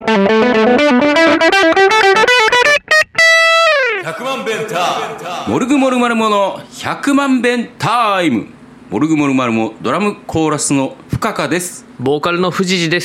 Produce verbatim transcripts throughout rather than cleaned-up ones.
ひゃくまん弁タイム、モルグモルマルモのひゃくまん弁タイム。モルグモルマルモドラムコーラスの深川です。 ボーカルの藤次です。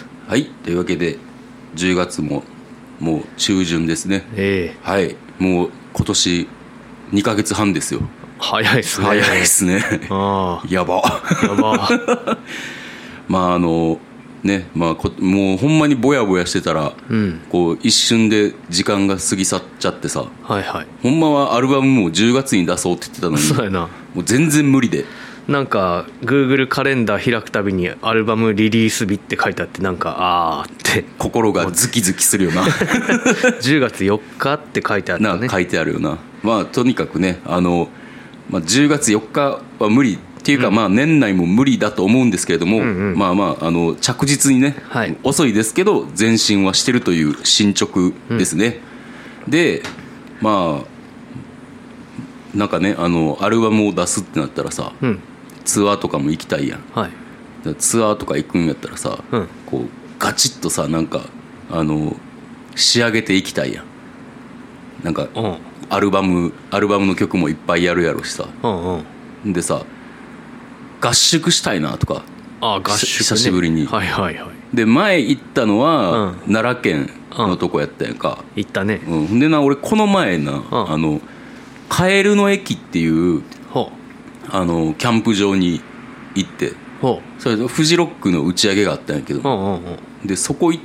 はい、というわけでじゅうがつももう中旬ですね。 えー、はい、もう今年にかげつはんですよ。 早いですね。 早いですね。 あやばやばまああのね、まあ、こもうほんまにぼやぼやしてたら、うん、こう一瞬で時間が過ぎ去っちゃってさ、 はいはい、 ほんまはアルバムもじゅうがつに出そうって言ってたのに、 そうやな、 もう全然無理で、 なんか Google カレンダー開くたびにアルバムリリース日って書いてあって、なんかあーって心がズキズキするよなじゅうがつよっかって書いてあったね。 な書いてあるよな。まあとにかくね、あの、まあ、じゅうがつよっかは無理っていうか、うん、まあ年内も無理だと思うんですけれども、うんうん、まあまあ、あの着実にね、はい、遅いですけど前進はしてるという進捗ですね、うん、でまあなんかね、あのアルバムを出すってなったらさ、うん、ツアーとかも行きたいやん、はい、ツアーとか行くんやったらさ、うん、こうガチッとさ、なんかあの仕上げていきたいやん。なんか、うん、アルバムアルバムの曲もいっぱいやるやろしさ、うんうん、でさ合宿したいなとか。 ああ合宿、ね、 久しぶりに、 はいはいはい。 で前行ったのは、うん、奈良県のとこやったやんか、 うん、行ったね、 うん、でな、俺この前な、うん、あのカエルの駅っていうあのキャンプ場に行って、それでフジロックの打ち上げがあったんやけど、うんうんうん、でそこ行って、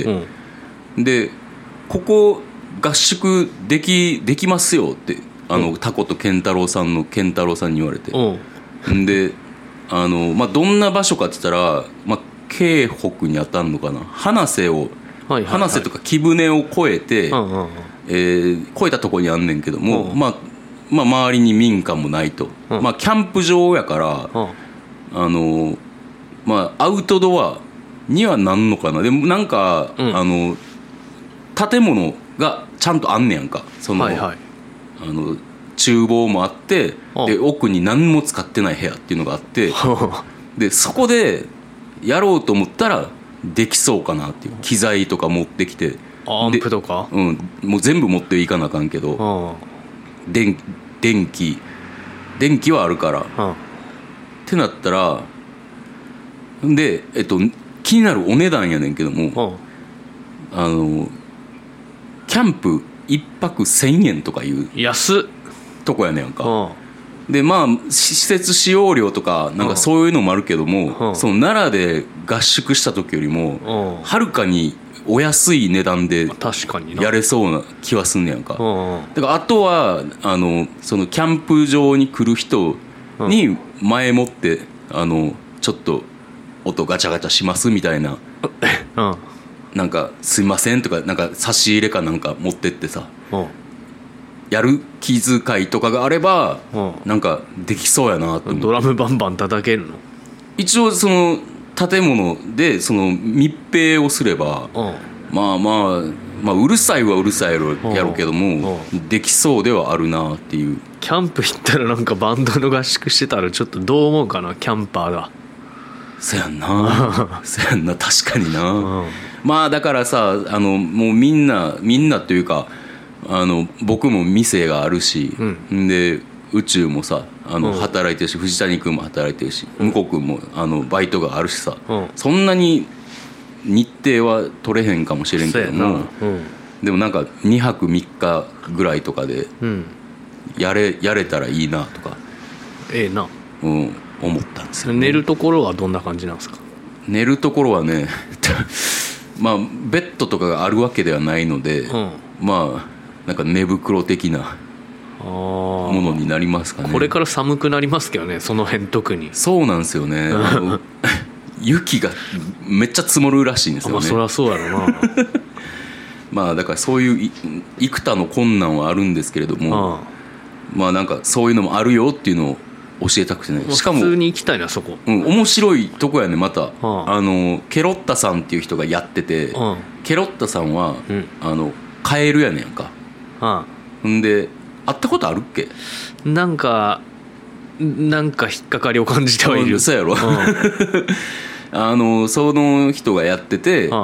うん、でここ合宿できできますよってあの、うん、タコと健太郎さんの健太郎さんに言われて、うん、であの、まあ、どんな場所かって言ったら、まあ、京北に当たるのかな、花瀬を、はいはいはい、花瀬とか木舟を越えて、うんうんうん、えー、越えたとこにあんねんけども、うん、まあまあ、周りに民家もないと、うん、まあ、キャンプ場やから、うん、あのまあ、アウトドアにはなんのかな。でもなんか、うん、あの建物がちゃんとあんねやんか、その、はいはい、あの厨房もあって、で奥に何も使ってない部屋っていうのがあってでそこでやろうと思ったらできそうかなっていう機材とか持ってきて、 アンプとか、 うん、もう全部持っていかなあかんけど、電, 電気電気はあるから、ってなったらで、えっと、気になるお値段やねんけども、あのキャンプいっぱくせんえんとかいう安っとこやねんか。でまあ施設使用料とかなんかそういうのもあるけども、その奈良で合宿した時よりもはるかにお安い値段でやれそうな気はすんねやんか。だからあとはあのそのキャンプ場に来る人に前もってあのちょっと音ガチャガチャしますみたいな、なんかすいませんとか、なんか差し入れかなんか持ってってさ、やる気遣いとかがあれば、なんかできそうやなと思って。 ドラムバンバン叩けるの？ 一応その建物でその密閉をすれば、まあまあまあうるさいはうるさいやろうけどもできそうではあるなっていう。 キャンプ行ったらなんかバンドの合宿してたらちょっとどう思うかな、キャンパーが。 そやんなそやんな、確かにな。まあだからさ、あのもうみんなみんなというか、あの僕も店があるし、うん、で宇宙もさあの働いてるし、うん、藤谷君も働いてるし、うん、向こう君もあのバイトがあるしさ、うん、そんなに日程は取れへんかもしれんけども、うん、でもなんかにはくみっかぐらいとかでやれ、やれたらいいなとか、 ええな、 うん、思ったんですよ、ね。 寝るところはどんな感じなんですか？ 寝るところはねまあベッドとかがあるわけではないので、うん、まあなんか寝袋的なものになりますかね。 これから寒くなりますけどね、その辺特に。 そうなんですよね雪がめっちゃ積もるらしいんですよね。 まあそりゃそうやろなまあだからそういう幾多の困難はあるんですけれども、ああまあなんかそういうのもあるよっていうのを教えたくてね。しかも普通に行きたいなそこ、 うん、面白いとこやね。また、ああのケロッタさんっていう人がやってて、ああケロッタさんは、うん、あのカエルやねんか。ああんで会ったことあるっけ？ なんかなんか引っかかりを感じてはいる。 そうやろ、うん、あのその人がやってて、ああ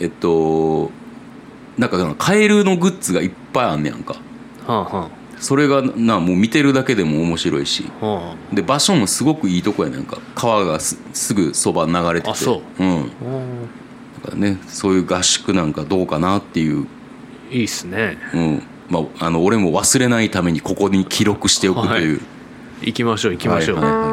えっとなんかカエルのグッズがいっぱいあんねやんか、はあはあ、それがなもう見てるだけでも面白いし、はあ、で場所もすごくいいとこやねんか。川が す, すぐそば流れてて、あそう、うん、だからね、そういう合宿なんかどうかなっていう。 いいっすね、 うんまあ、あの俺も忘れないためにここに記録しておくという、はい、 行きましょう行きましょう、はいはい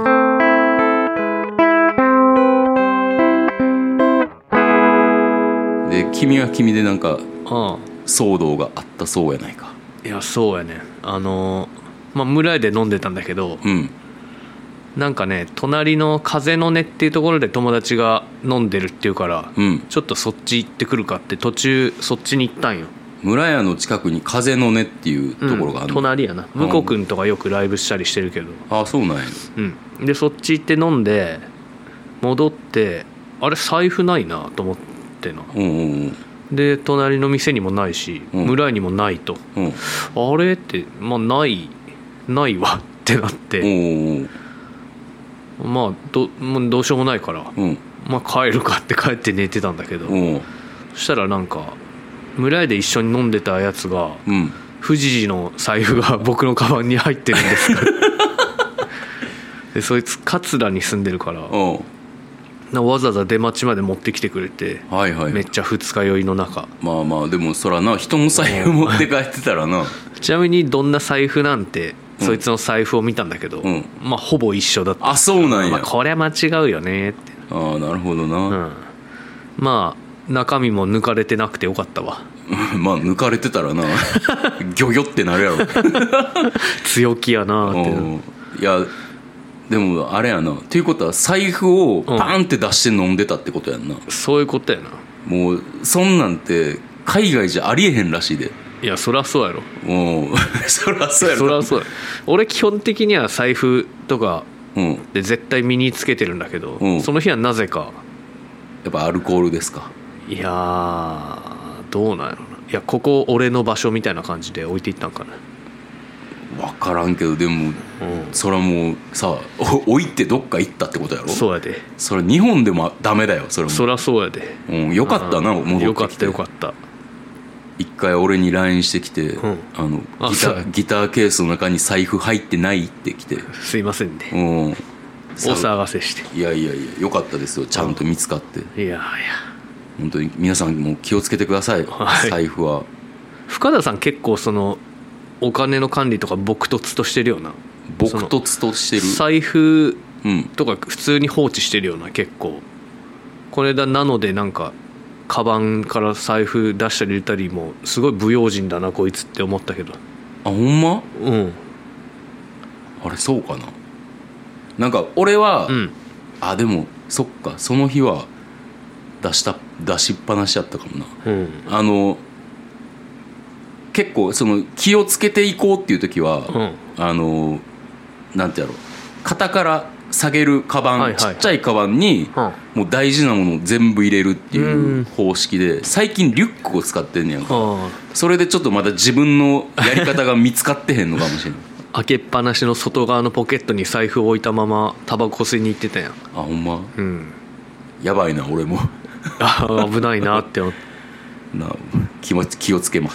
はい、で君は君でなんか騒動があったそうやないか。 いやそうやね、あのまあ村屋で飲んでたんだけど、うん、なんかね隣の風の音っていうところで友達が飲んでるっていうから、うん、ちょっとそっち行ってくるかって途中そっちに行ったんよ。 村屋の近くに風の音っていうところがあるの、 うん、隣やな。向こうくんとかよくライブしたりしてるけど。 ああそうなんや、 うん、でそっち行って飲んで戻ってあれ財布ないなと思ってな、うんうんうん、で隣の店にもないし、うん、村屋にもないと、うん、あれってまあないないわってなって、うんうん、まあ ど, もうどうしようもないから、うん、まあ帰るかって帰って寝てたんだけど、うん、そしたらなんか村屋で一緒に飲んでたやつが、うん、富士寺の財布が僕のカバンに入ってるんですからでそいつ桂に住んでるから、なわざわざ出町まで持ってきてくれて、はいはい、めっちゃ二日酔いの中。 まあまあでもそらな人の財布持って帰ってたらなちなみにどんな財布なんて、うん、そいつの財布を見たんだけど、うん、まあほぼ一緒だった。 あそうなんや、 まあ、こりゃ間違うよねって。 ああなるほどな、うん、 まあ中身も抜かれてなくてよかったわまあ抜かれてたらなギョギョってなるやろ強気やなって。 いやでもあれやなっていうことは財布をパンって出して飲んでたってことやんな、うん、 そういうことやな。 もうそんなんて海外じゃありえへんらしいで。 いやそりゃそうやろ。 もうそりゃそうやろ。 そりゃそうや。俺基本的には財布とかで絶対身につけてるんだけど、うん、その日はなぜかやっぱアルコールですか。 いやどうなんやろな。いやここ俺の場所みたいな感じで置いていったんかな。 分からんけどでも、うん、それはもうさ置いてどっか行ったってことやろ。 そうやで。 それ日本でもダメだよそれも。 そりゃそうやで、 うん、よかったな戻ってきて。 よかったよかった。 一回俺に ライン してきて、うん、あのギター、ギターケースの中に財布入ってないって来てすいませんね、 うん、 お騒がせして。 いやいやいやよかったですよちゃんと見つかって、 うん、いやいや本当に皆さんも気をつけてください、はい、財布は。 深田さん結構そのお金の管理とか朴訥としてるよな。 朴訥としてる。 財布とか普通に放置してるよな結構。これだなのでなんかカバンから財布出したり入れたりもすごい不用心だなこいつって思ったけど。 あほんま。 うんあれそうかな。なんか俺は、うん、あでもそっかその日は出した出しっぱなしやったかもな、うん、あの結構その気をつけていこうっていう時は、うん、あのなんてやろう肩から下げるカバン、はいはい、ちっちゃいカバンに、うん、もう大事なものを全部入れるっていう方式で最近リュックを使ってんねやんか、うん、それでちょっとまだ自分のやり方が見つかってへんのかもしれない開けっぱなしの外側のポケットに財布を置いたままタバコ吸いに行ってたやん。あほんま、 うん、 やばいな俺もあ危ないなって思ってな気持ち気をつけます。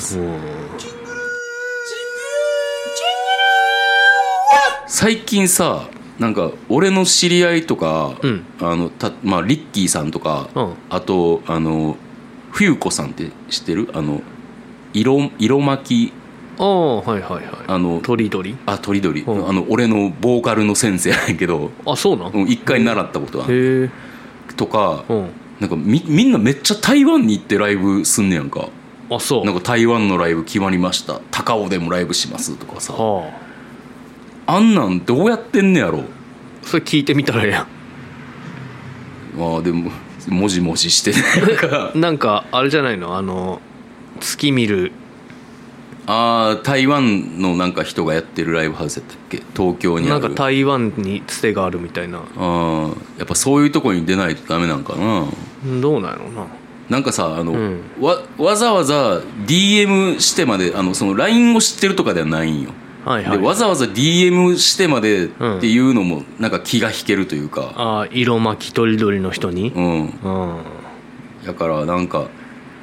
最近さなんか俺の知り合いとか、うん、あのたまあ、リッキーさんとか、うん、あとあの冬子さんって知ってる？あの色色巻きああはいはいはいあのとりどりあとりどりあの俺のボーカルの先生やねんけどあそうなん一回習ったことはへとかなんか み, みんなめっちゃ台湾に行ってライブすんねやんか。 あそうなんか台湾のライブ決まりました高尾でもライブしますとかさ、 はあ、あんなんどうやってんねやろ。 それ聞いてみたらええやん。まあでももじもじしてなんかあれじゃないのあの月見るあ台湾のなんか人がやってるライブハウスやったっけ東京にある。 なんか台湾につてがあるみたいな。 あやっぱそういうとこに出ないとダメなんかな。 どうなんやろうな。 なんかさあの、うん、わ, わざわざ ディーエム してまであのその ライン を知ってるとかではないんよ、はいはい、でわざわざ ディーエム してまでっていうのもなんか気が引けるというか、 うん、あ色巻きとりどりの人にうん、うん、だからなんか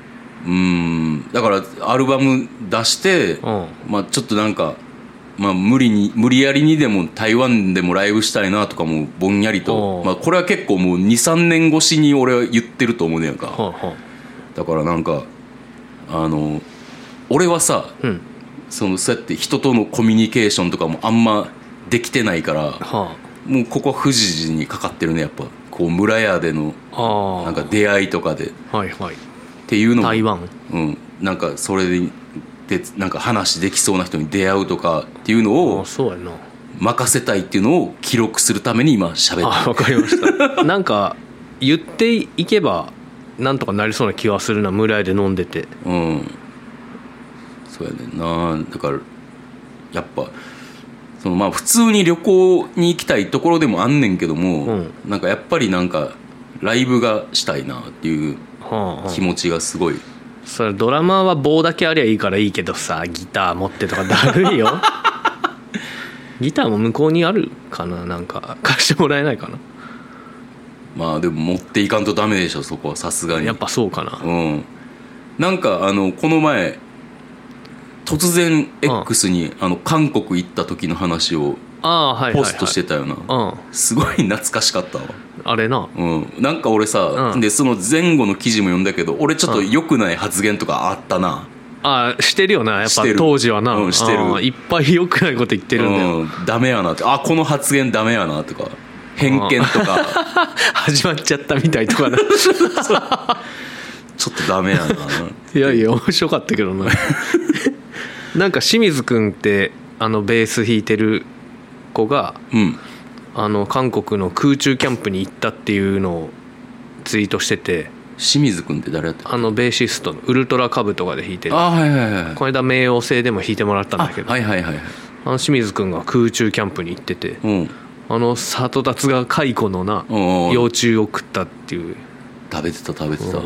うんだからアルバム出して、うん、まあちょっとなんか、まあ、無理に無理やりにでも台湾でもライブしたいなとかもぼんやりと、まあ、これは結構もう にさんねん越しに俺は言ってると思うねやんか、はあはあ、だからなんかあの俺はさ、うん、そのそうやって人とのコミュニケーションとかもあんまできてないから、はあ、もうここは富士寺にかかってるねやっぱこう村屋でのなんか出会いとかで、 はいはい、 っていうのも台湾、 うん、なんかそれでなんか話できそうな人に出会うとかっていうのを任せたいっていうのを記録するために今喋ってる。 あ、わかりましたなんか言っていけばなんとかなりそうな気はするな、村屋で飲んでて。 うん、そうやねんな。だからやっぱそのまあ普通に旅行に行きたいところでもあんねんけども、うん、なんかやっぱりなんかライブがしたいなっていう気持ちがすごい、はあはあ、 それドラマーは棒だけありゃいいからいいけどさ、ギター持ってとかだるいよギターも向こうにあるかな、なんか貸してもらえないかな。 まあでも持っていかんとダメでしょそこはさすがに。 やっぱそうかな。 うん。なんかあのこの前突然 X にあの韓国行った時の話をポストしてたよな、 うん、 すごい懐かしかったわあれな、 うん、なんか俺さ、うん、でその前後の記事も読んだけど俺ちょっと良くない発言とかあったな。 ああしてるよなやっぱ当時はな、 うん、してる。 いっぱい良くないこと言ってるんだよ、 うん、ダメやなって、あこの発言ダメやなとか偏見とか始まっちゃったみたいとかなちょっとダメやないやいや面白かったけどななんか清水くんってあのベース弾いてる子が、うん、あの韓国の空中キャンプに行ったっていうのをツイートしてて。 清水くんって誰やったっけ？ あのベーシストのウルトラカブとかで弾いてる。 あ、はいはいはい、 この間冥王星でも弾いてもらったんだけど、 はいはいはい、 あの清水くんが空中キャンプに行ってて、うん、あの里達が蚕のな幼虫を食ったっていう。 食べてた食べてた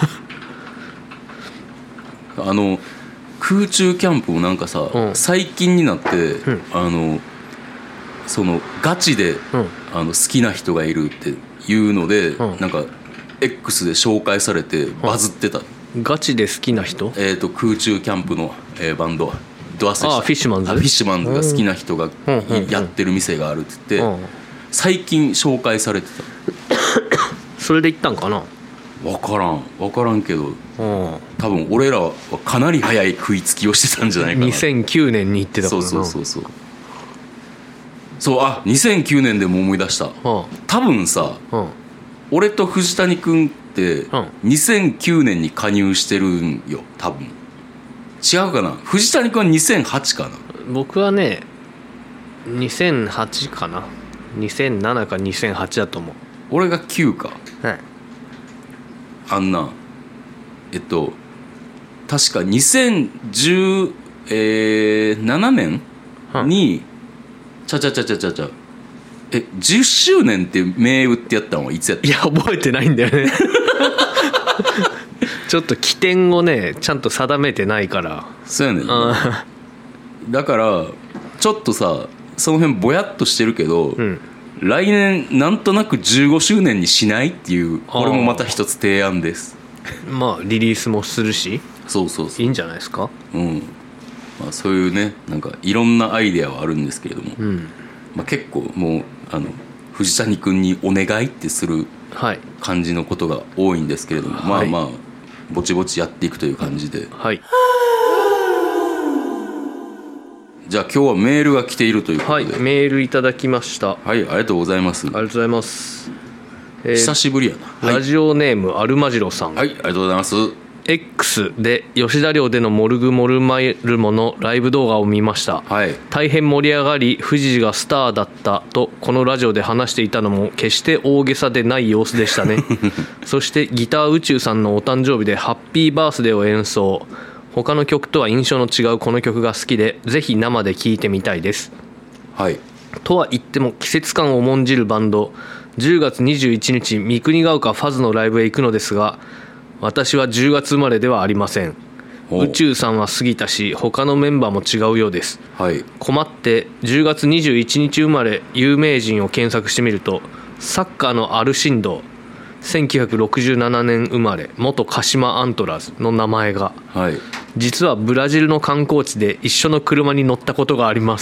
あの空中キャンプもなんかさ、うん、最近になって、うん、あのそのガチで、うん、あの好きな人がいるっていうので、うん、なんかX で紹介されてバズってた。 ガチで好きな人？ えーと空中キャンプの、えー、バンドドアセあフィッシュマンズ。 フィッシュマンズが好きな人がやってる店があるって言って、うんうんうん、最近紹介されてたそれで行ったんかな。 分からん分からんけど、うん、多分俺らはかなり早い食いつきをしてたんじゃないかな。 にせんきゅうねんに行ってたからな。 そうそうそうそうそう。あにせんきゅうねんでも思い出した、うん、多分さ、うん、俺と藤谷君ってにせんきゅうねんに加入してるんよ多分。違うかな。藤谷君はにせんはちかな。 僕はねにせんはちかな。にせんななかにせんはちだと思う。 俺がきゅうか。 はい。 あんなえっと確かにせんじゅうななねんに、うん、ちゃちゃちゃちゃちゃちゃえじゅっしゅうねんって銘打ってやったのはいつやった？ いや覚えてないんだよねちょっと起点をねちゃんと定めてないから。 そうやねん、ね、だからちょっとさその辺ぼやっとしてるけど、うん、来年なんとなくじゅうごしゅうねんにしないっていうこれもまた一つ提案です。 まあリリースもするしそうそうそういいんじゃないですか。 うん、まあ、そういうねなんかいろんなアイデアはあるんですけれども、うん、まあ、結構もうあの藤谷君にお願いってする感じのことが多いんですけれども、はい、まあまあぼちぼちやっていくという感じで、 はい、 じゃあ今日はメールが来ているということで、 はい、メールいただきました。 はい、ありがとうございます。 ありがとうございます、 えー、久しぶりやな、 はい、ラジオネームアルマジロさん。 はい、ありがとうございます。 X で吉田寮でのモルグモルマルモのライブ動画を見ました、 はい、 大変盛り上がり富士がスターだったとこのラジオで話していたのも決して大げさでない様子でしたねそしてギター宇宙さんのお誕生日でハッピーバースデーを演奏。他の曲とは印象の違うこの曲が好きでぜひ生で聴いてみたいです、 はい、 とは言っても季節感を重んじるバンドじゅうがつにじゅういちにち三国ヶ丘ファズのライブへ行くのですが私はじゅうがつ生まれではありません。宇宙さんは過ぎたし他のメンバーも違うようです、 はい、 困ってじゅうがつにじゅういちにち生まれ有名人を検索してみるとサッカーのアルシンドせんきゅうひゃくろくじゅうななねん生まれ元鹿島アントラーズの名前が、 はい、 実はブラジルの観光地で一緒の車に乗ったことがあります。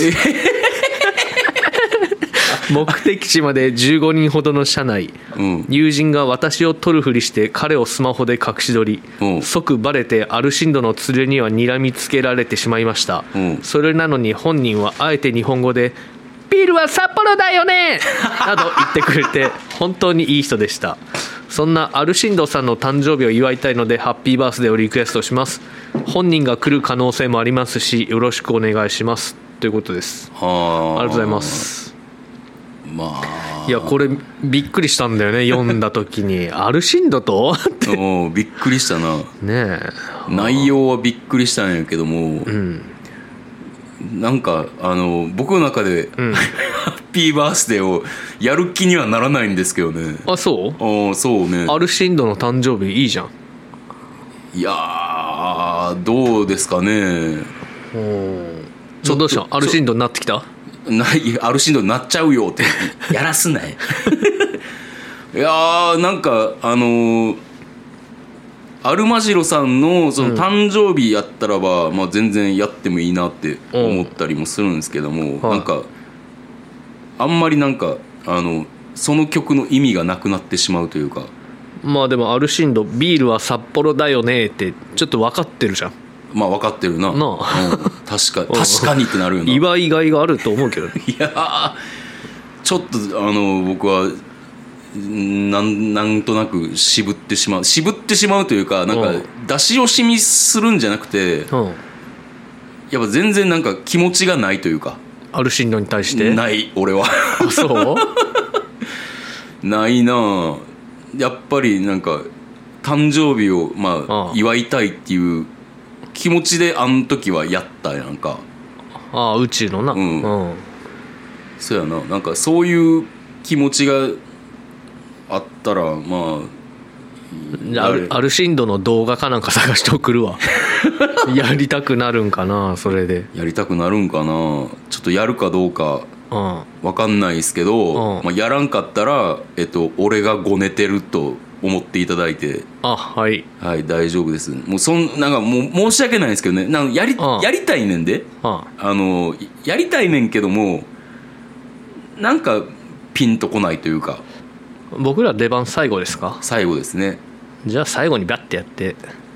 目的地までじゅうごにんほどの車内、うん、友人が私を撮るふりして彼をスマホで隠し撮り、うん、即バレてアルシンドの連れには睨みつけられてしまいました、うん、それなのに本人はあえて日本語でビールは札幌だよねなど言ってくれて本当にいい人でした。そんなアルシンドさんの誕生日を祝いたいのでハッピーバースデーをリクエストします。本人が来る可能性もありますしよろしくお願いしますということです。ありがとうございます。まあ、いやこれびっくりしたんだよね読んだ時にアルシンドとっておびっくりしたな、ね、え内容はびっくりしたんやけども、うん、なんかあの僕の中で、うん、ハッピーバースデーをやる気にはならないんですけどね。 あ、そうあそうね。 アルシンドの誕生日いいじゃん。 いやどうですかね。 ちょっとどうしたアルシンドになってきた。 ないアルシンドになっちゃうよってやらすなよいやーなんかあのー、アルマジロさんのその誕生日やったらば、うんまあ、全然やってもいいなって思ったりもするんですけども、うん、なんかあんまりなんかあのその曲の意味がなくなってしまうというか。 まあでもアルシンドビールは札幌だよねってちょっと分かってるじゃん。 まあ分かってるな。なあ、うん、確かに確かにってなるよな。 祝いがいがあると思うけどいやちょっとあの僕はなんなんとなく渋ってしまう渋ってしまうというかなんか出し惜しみするんじゃなくて、うん、やっぱ全然なんか気持ちがないというか。 アルシンドに対してない俺はあそうないな。やっぱりなんか誕生日をまあ、ああ祝いたいっていう気持ちであの時はやったやんか。 ああ宇宙のな、うんうん、 そうやな。なんかそういう気持ちがあったらまあアル、アルシンドの動画かなんか探して送るわやりたくなるんかな。それでやりたくなるんかな。ちょっとやるかどうか分かんないですけど、うんまあ、やらんかったら、えっと、俺がごねてると思っていただいて。 あ、はい、 はい、大丈夫です。もうそんなんかもう申し訳ないんですけどね。なんかやり、やりたいねんで、あのやりたいねんけどもなんかピンとこないというか。 僕ら出番最後ですか。 最後ですね。 じゃあ最後にバッてやって。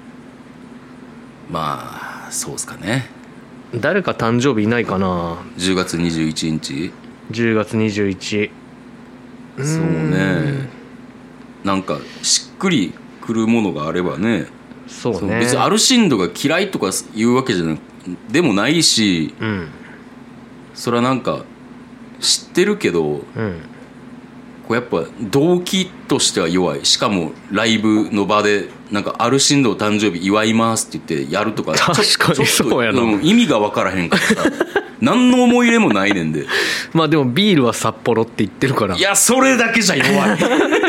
まあそうですかね。 誰か誕生日いないかな。 じゅうがつにじゅういちにちじゅうがつにじゅういち。 そうね。なんかしっくりくるものがあればね。 そうね。 別にアルシンドが嫌いとか言うわけじゃなくでもないし、うん、それはなんか知ってるけど、うん、こうやっぱ動機としては弱い。しかもライブの場でなんかアルシンド誕生日祝いますって言ってやるとか確かにそうやな。 意味が分からへんからさ何の思い入れもないねんでまあでもビールは札幌って言ってるから。 いやそれだけじゃ弱い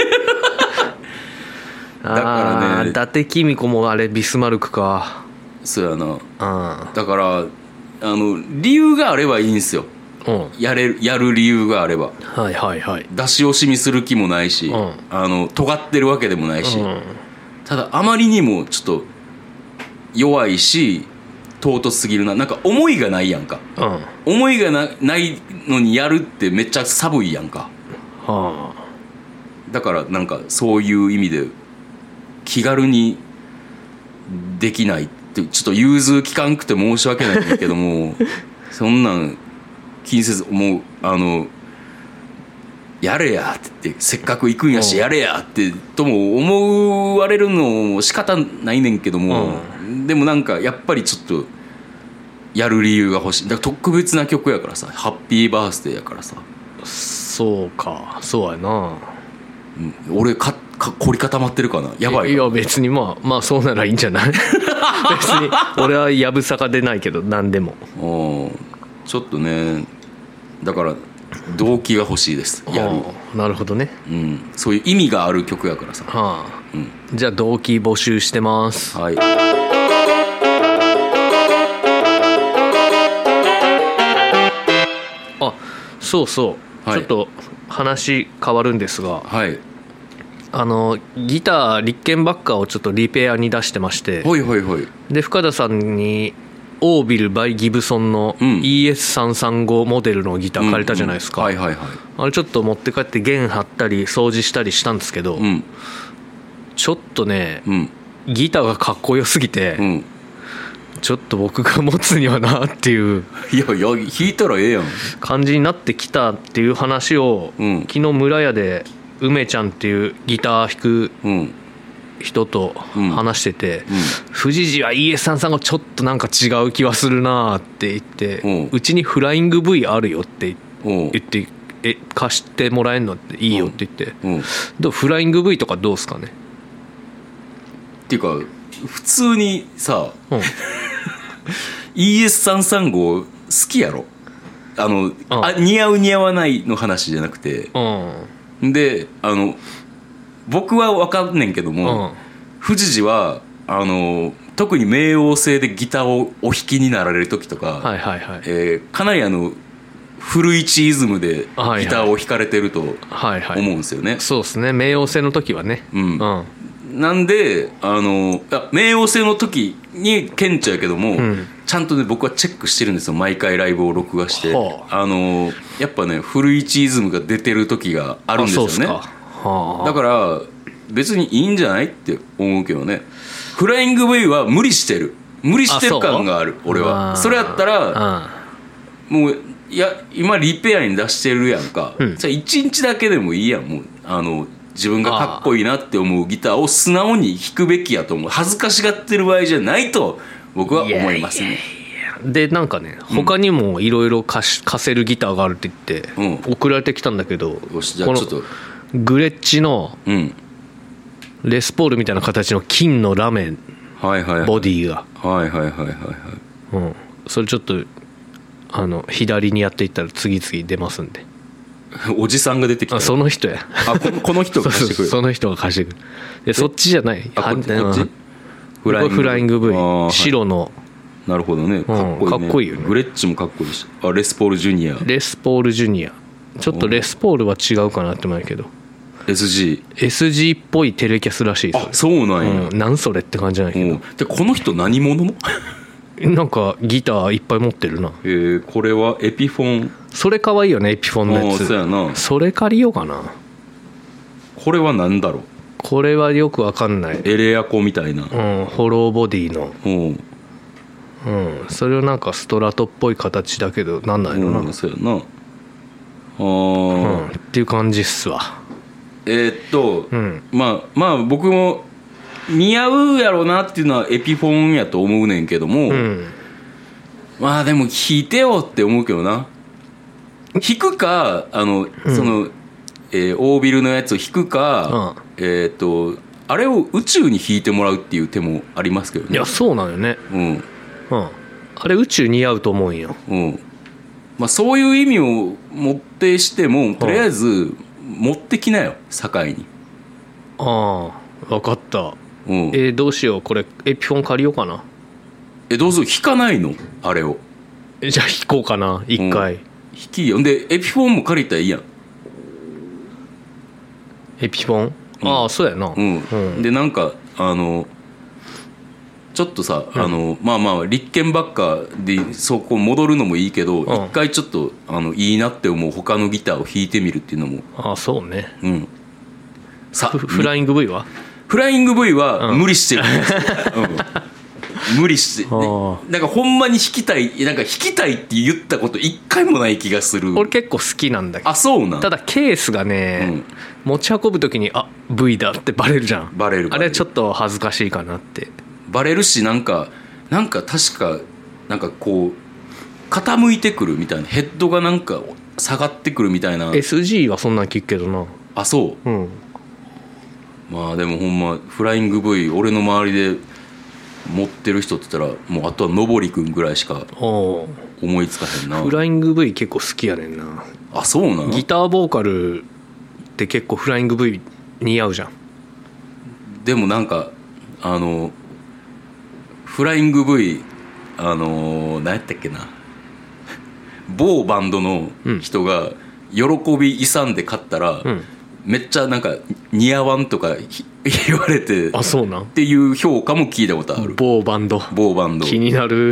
だからね。伊達公子もあれビスマルクか。 そうやな。あだからあの理由があればいいんですよ、うん、やれるやる理由があれば。 はいはいはい。 出し惜しみする気もないし、うん、あの尖ってるわけでもないし、うん、ただあまりにもちょっと弱いし尊すぎるな。なんか思いがないやんか、うん、思いが な, ないのにやるってめっちゃ寒いやんか、はあ、だからなんかそういう意味で気軽にできないってちょっと融通きかんくて申し訳ないんだけどもそんなん気にせずもうあのやれやって言ってせっかく行くんやしやれやってとも思われるのも仕方ないねんけども、でもなんかやっぱりちょっとやる理由が欲しい。だから特別な曲やからさ、ハッピーバースデーやからさ。 そうか、そうやな。 俺かか凝り固まってるかな。やばい。 いや別にまあまあそうならいいんじゃない別に俺はやぶさか出ないけど何でも。 ちょっとね、だから動機が欲しいです。やる。 なるほどね、 うん、そういう意味がある曲やからさ、はあ、うん、じゃあ動機募集してます。 はい。 あ、そうそう、はい、ちょっと話変わるんですが、 はい、 あのギターリッケンバッカーをちょっとリペアに出してまして、 はいはいはい、 で深田さんにオービル by ギブソンの イーエスさんさんご モデルのギター借りたじゃないですか。あれちょっと持って帰って弦張ったり掃除したりしたんですけど、うん、ちょっとね、うん、ギターがかっこよすぎて、うん、ちょっと僕が持つにはなっていういやいや弾いたらええやん感じになってきたっていう話を、うん、昨日村屋で梅ちゃんっていうギター弾く人と話してて、うんうん、富士寺は イーエスさんさんごちょっとなんか違う気はするなって言って、うん、うちにフライング V あるよって言ってえ貸してもらえるのっていいよって言って、うんうん、どうフライング V とかどうですかねっていうか普通にさ、うん、イーエスさんさんご 好きやろあの、うん、あ似合う似合わないの話じゃなくて、うん、であの僕は分かんねんけども、うん、富士寺はあの特に冥王星でギターをお弾きになられる時とか、はいはいはいえー、かなりあの古市イズムでギターを弾かれてると思うんですよね、はいはい、 そうですね冥王星の時はね、うんうん、なんであの冥王星の時に顕著やけども、うん、ちゃんとね僕はチェックしてるんですよ毎回ライブを録画して、はあ、あのやっぱね古市イズムが出てる時があるんですよね。はあ、だから別にいいんじゃないって思うけどね。フライング V は無理してる無理してる感がある俺は。それやったらもういや今リペアに出してるやんか、うん、じゃあいちにちだけでもいいやん。もうあの自分がかっこいいなって思うギターを素直に弾くべきやと思う。恥ずかしがってる場合じゃないと僕は思いますね。いやいやいやでなんかね他にもいろいろ貸せるギターがあるって言って、うん、送られてきたんだけど、よしじゃあちょっとグレッチのレスポールみたいな形の金のラメンボディがはいはいはいはいはい、 うん、それちょっとあの左にやっていったら次々出ますんで。 おじさんが出てきた。 あその人やあ こ, この人が貸してくる。 そ, その人が貸してくる。でそっちじゃない。 あこっちこっちフライング、フライング V 白の、はい、 なるほどね。かっこいいね、うん、かっこいいよね。グレッチもかっこいいし。あレスポールジュニアレスポールジュニアちょっとレスポールは違うかなって思うけどエスジーエスジー っぽいテレキャスらしい。 あそうなんや、 うん、なんそれって感じじゃないけど。 でこの人何者のなんかギターいっぱい持ってるな。 えー、これはエピフォン。 それかわいいよねエピフォンのやつ。 そうやな。 それ借りようかな。 これは何だろう。 これはよくわかんない。 エレアコみたいな、 うん、ホローボディの、うんうん、それはなんかストラトっぽい形だけどなんないのな、 うん、そうやなあ、うん、っていう感じっすわ。 えー、っと、うん、まあまあ僕も似合うやろうなっていうのはエピフォンやと思うねんけども、うん、まあでも弾いてよって思うけどな。弾くかあの、うん、その、えー、オービルのやつを弾くか、うん、えー、っとあれを宇宙に弾いてもらうっていう手もありますけどね。 いやそうなのよね、うんうん、あれ宇宙似合うと思うんよ、 うんまあ、そういう意味を持ってしてもとりあえず持ってきなよ堺に。 ああ分かった、うん、えー、どうしようこれエピフォン借りようかな。 えどうぞ弾かないのあれを。 えじゃあ弾こうかな一回、うん、弾きよ。でエピフォンも借りたらいいやん。 エピフォン、うん、ああそうやな、 うんうん、でなんかあのちょっとさ、うん、あのまあまあリッケンバッカーでそこ戻るのもいいけど、うん、一回ちょっとあのいいなって思う他のギターを弾いてみるっていうのも。 ああそうね、 うん、 さフライング V はフライング V は無理してる、うんうん無理してなんかほんまに弾きたいなんか弾きたいって言ったこと一回もない気がする。 俺結構好きなんだけど。 あそうなん。 ただケースがね、うん、持ち運ぶ時にあ V だってバレるじゃん。 バレる。 あれちょっと恥ずかしいかなって。 バレるしなんかなんか確かなんかこう傾いてくるみたいなヘッドがなんか下がってくるみたいな。 エスジー はそんなん聞くけどな。 あそう、うん、まあでもほんまフライング V 俺の周りで持ってる人って言ったらもうあとはのぼりくんぐらいしか思いつかへんな。 フライング V 結構好きやねんな。 あそうな。 ギターボーカルって結構フライング V 似合うじゃん。 でもなんかあのフライング V あの何やったっけな某バンドの人が喜び勇んで買ったら、うん、 めっちゃなんか似合わんとか言われて、 あ、そうなんっていう評価も聞いたことある。 某バンド某バンド気になる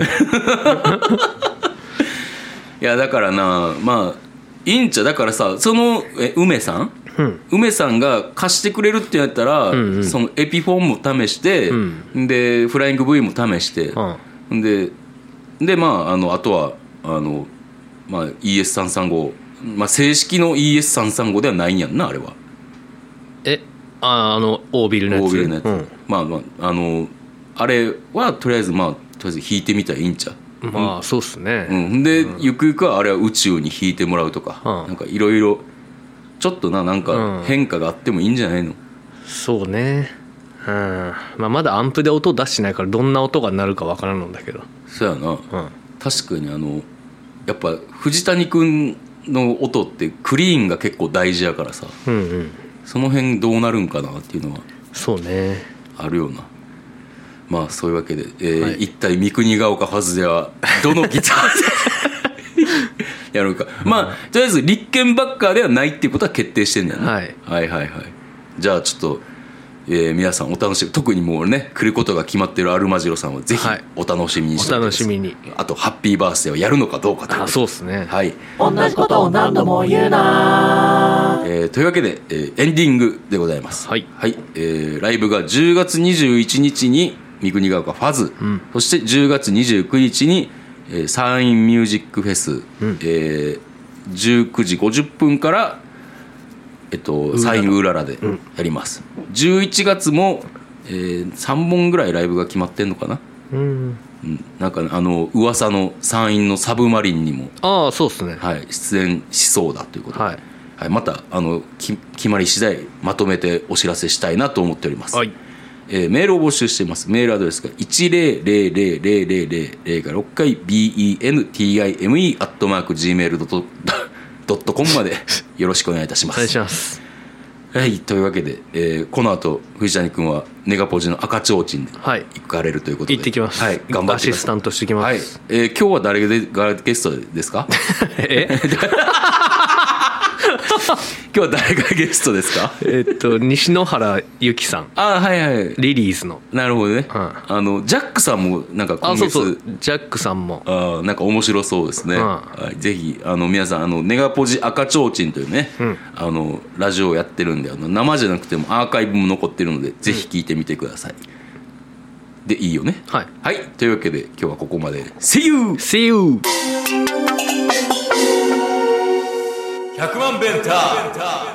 いやだからな、まあいいんちゃ。だからさ、そのえ梅さん、うん、梅さんが貸してくれるってやったら、うんうん、そのエピフォンも試して、うん、でフライング V も試して、うん、ででまああのあとはあの、まあ、イーエスさんさんご、まあ、正式の イーエスさんさんご ではないんやんなあれは。 えああの大ビルのやつ。 大ビルのやつ、うん、まあまああのあれはとりあえずまあとりあえず弾いてみたらいいんちゃう。 まあそうっすね、 うん、で、うん、ゆくゆくはあれは宇宙に弾いてもらうとか、うん、なんかいろいろちょっとな、なんか変化があってもいいんじゃないの、うん、 そうね、うん、まあ、まだアンプで音出してないからどんな音が鳴るかわからんのだけど。 そうやな、うん、確かにあのやっぱ藤谷君の音ってクリーンが結構大事やからさ、うんうん、その辺どうなるんかなっていうのはそうねあるよな。まあそういうわけで、えーはい、一体三国ヶ丘ファズではどのギターでやるか、まあとりあえず立憲バッカーではないっていうことは決定してんだよね、はい、はいはいはい。じゃあちょっと、えー、皆さんお楽しみ、特にもうね来ることが決まってるアルマジロさんはぜひお楽しみにしてください、 お楽しみに。 あとハッピーバースデーをやるのかどうかという。 あ、そうですね、 はい、 同じことを何度も言うな、 えー、というわけで、えー、エンディングでございます。はい、はい、えー、ライブがじゅうがつにじゅういちにちに三国ヶ丘ファズ、うん、そしてじゅうがつにじゅうくにちに、えー、サインミュージックフェス、うん、えー、じゅうくじごじゅっぷんから、えっと、サインウララでやります、うん、じゅういちがつも、えー、さんぼんぐらいライブが決まってんのかな、うんうん、なんかあの噂の山陰のサブマリンにも、 ああそうですね、 はい、出演しそうだということで、はいはい、またあのき決まり次第まとめてお知らせしたいなと思っております、はい。えー、メールを募集しています。メールアドレスがいちゼロゼロゼロゼロゼロゼロゼロがろっかい bentime アットマーク ジーメールドットコム までよろしくお願いいたします。 お願いします。 はい、というわけで、えー、この後藤谷君はネガポジの赤ちょうちんで行かれるということで、 はい、行ってきます、 はい、頑張ってください。 アシスタントしてきます、はい。 えー、今日は誰がゲストですかえ今日は誰がゲストですか？ えっと西野原由紀さん。 あ、はいはい。 リリーズの。 なるほどね、うん、あのジャックさんもなんか今月、 あ、そうそう、ジャックさんもあなんか面白そうですね、うん、はい、ぜひあの皆さんあのネガポジ赤ちょうちんというね、うん、あのラジオをやってるんで、あの生じゃなくてもアーカイブも残ってるので、ぜひ聞いてみてください、うん、でいいよね。はい、はい、というわけで今日はここまで。 See you! See you! ひゃくまんベンター